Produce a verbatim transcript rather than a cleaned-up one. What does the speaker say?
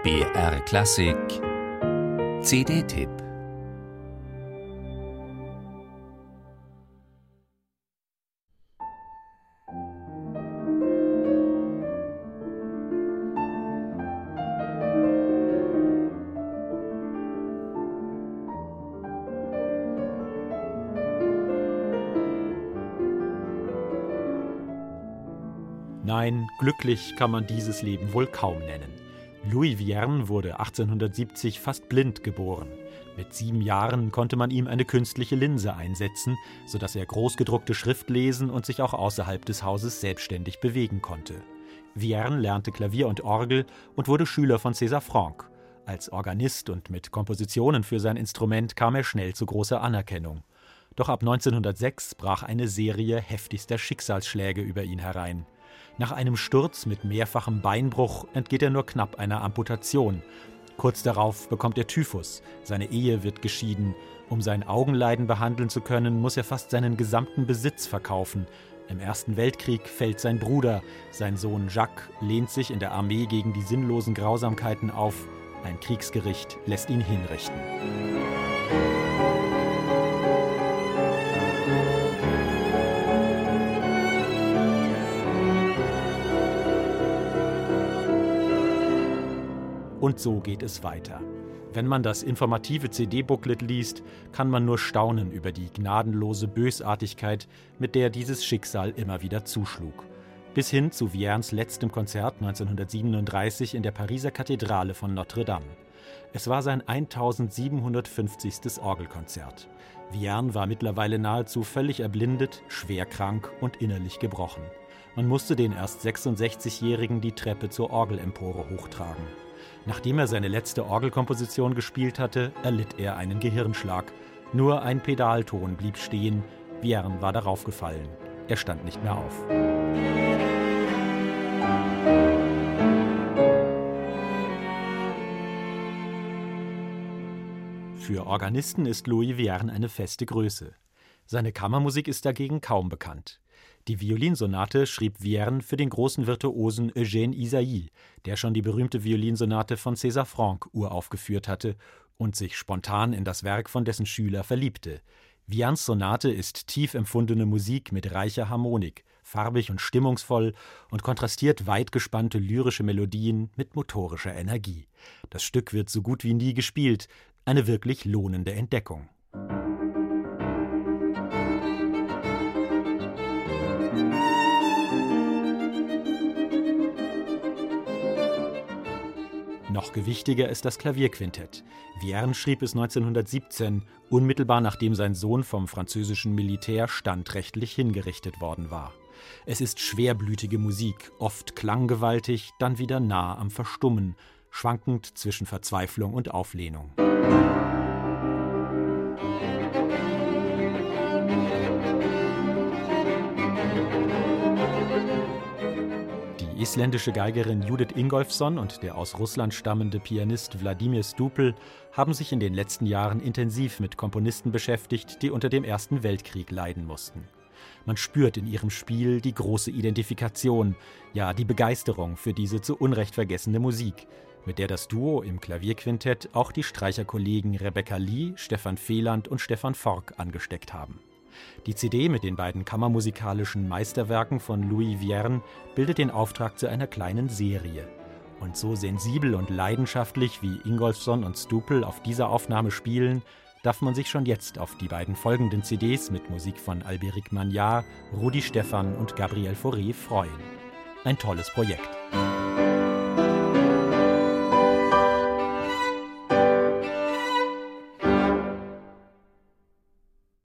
B R Klassik C D-Tipp. Nein, glücklich kann man dieses Leben wohl kaum nennen. Louis Vierne wurde achtzehnhundertsiebzig fast blind geboren. Mit sieben Jahren konnte man ihm eine künstliche Linse einsetzen, sodass er großgedruckte Schrift lesen und sich auch außerhalb des Hauses selbstständig bewegen konnte. Vierne lernte Klavier und Orgel und wurde Schüler von César Franck. Als Organist und mit Kompositionen für sein Instrument kam er schnell zu großer Anerkennung. Doch ab neunzehnhundertsechs brach eine Serie heftigster Schicksalsschläge über ihn herein. Nach einem Sturz mit mehrfachem Beinbruch entgeht er nur knapp einer Amputation. Kurz darauf bekommt er Typhus, seine Ehe wird geschieden. Um sein Augenleiden behandeln zu können, muss er fast seinen gesamten Besitz verkaufen. Im Ersten Weltkrieg fällt sein Bruder, sein Sohn Jacques lehnt sich in der Armee gegen die sinnlosen Grausamkeiten auf. Ein Kriegsgericht lässt ihn hinrichten. Und so geht es weiter. Wenn man das informative C D-Booklet liest, kann man nur staunen über die gnadenlose Bösartigkeit, mit der dieses Schicksal immer wieder zuschlug. Bis hin zu Viernes letztem Konzert neunzehnhundertsiebenunddreißig in der Pariser Kathedrale von Notre Dame. Es war sein eintausendsiebenhundertfünfzigstes Orgelkonzert. Vierne war mittlerweile nahezu völlig erblindet, schwer krank und innerlich gebrochen. Man musste den erst sechsundsechzigjährigen die Treppe zur Orgelempore hochtragen. Nachdem er seine letzte Orgelkomposition gespielt hatte, erlitt er einen Gehirnschlag. Nur ein Pedalton blieb stehen. Vierne war darauf gefallen. Er stand nicht mehr auf. Für Organisten ist Louis Vierne eine feste Größe. Seine Kammermusik ist dagegen kaum bekannt. Die Violinsonate schrieb Vierne für den großen Virtuosen Eugène Ysaÿe, der schon die berühmte Violinsonate von César Franck uraufgeführt hatte und sich spontan in das Werk von dessen Schüler verliebte. Viernes Sonate ist tief empfundene Musik mit reicher Harmonik, farbig und stimmungsvoll und kontrastiert weit gespannte lyrische Melodien mit motorischer Energie. Das Stück wird so gut wie nie gespielt, eine wirklich lohnende Entdeckung. Noch gewichtiger ist das Klavierquintett. Vierne schrieb es neunzehnhundertsiebzehn, unmittelbar nachdem sein Sohn vom französischen Militär standrechtlich hingerichtet worden war. Es ist schwerblütige Musik, oft klanggewaltig, dann wieder nah am Verstummen, schwankend zwischen Verzweiflung und Auflehnung. Die isländische Geigerin Judith Ingolfsson und der aus Russland stammende Pianist Wladimir Stupel haben sich in den letzten Jahren intensiv mit Komponisten beschäftigt, die unter dem Ersten Weltkrieg leiden mussten. Man spürt in ihrem Spiel die große Identifikation, ja die Begeisterung für diese zu Unrecht vergessene Musik, mit der das Duo im Klavierquintett auch die Streicherkollegen Rebecca Lee, Stefan Feland und Stefan Forck angesteckt haben. Die C D mit den beiden kammermusikalischen Meisterwerken von Louis Vierne bildet den Auftrag zu einer kleinen Serie. Und so sensibel und leidenschaftlich wie Ingolfsson und Stupel auf dieser Aufnahme spielen, darf man sich schon jetzt auf die beiden folgenden C Ds mit Musik von Albéric Magnard, Rudi Stephan und Gabriel Fauré freuen. Ein tolles Projekt.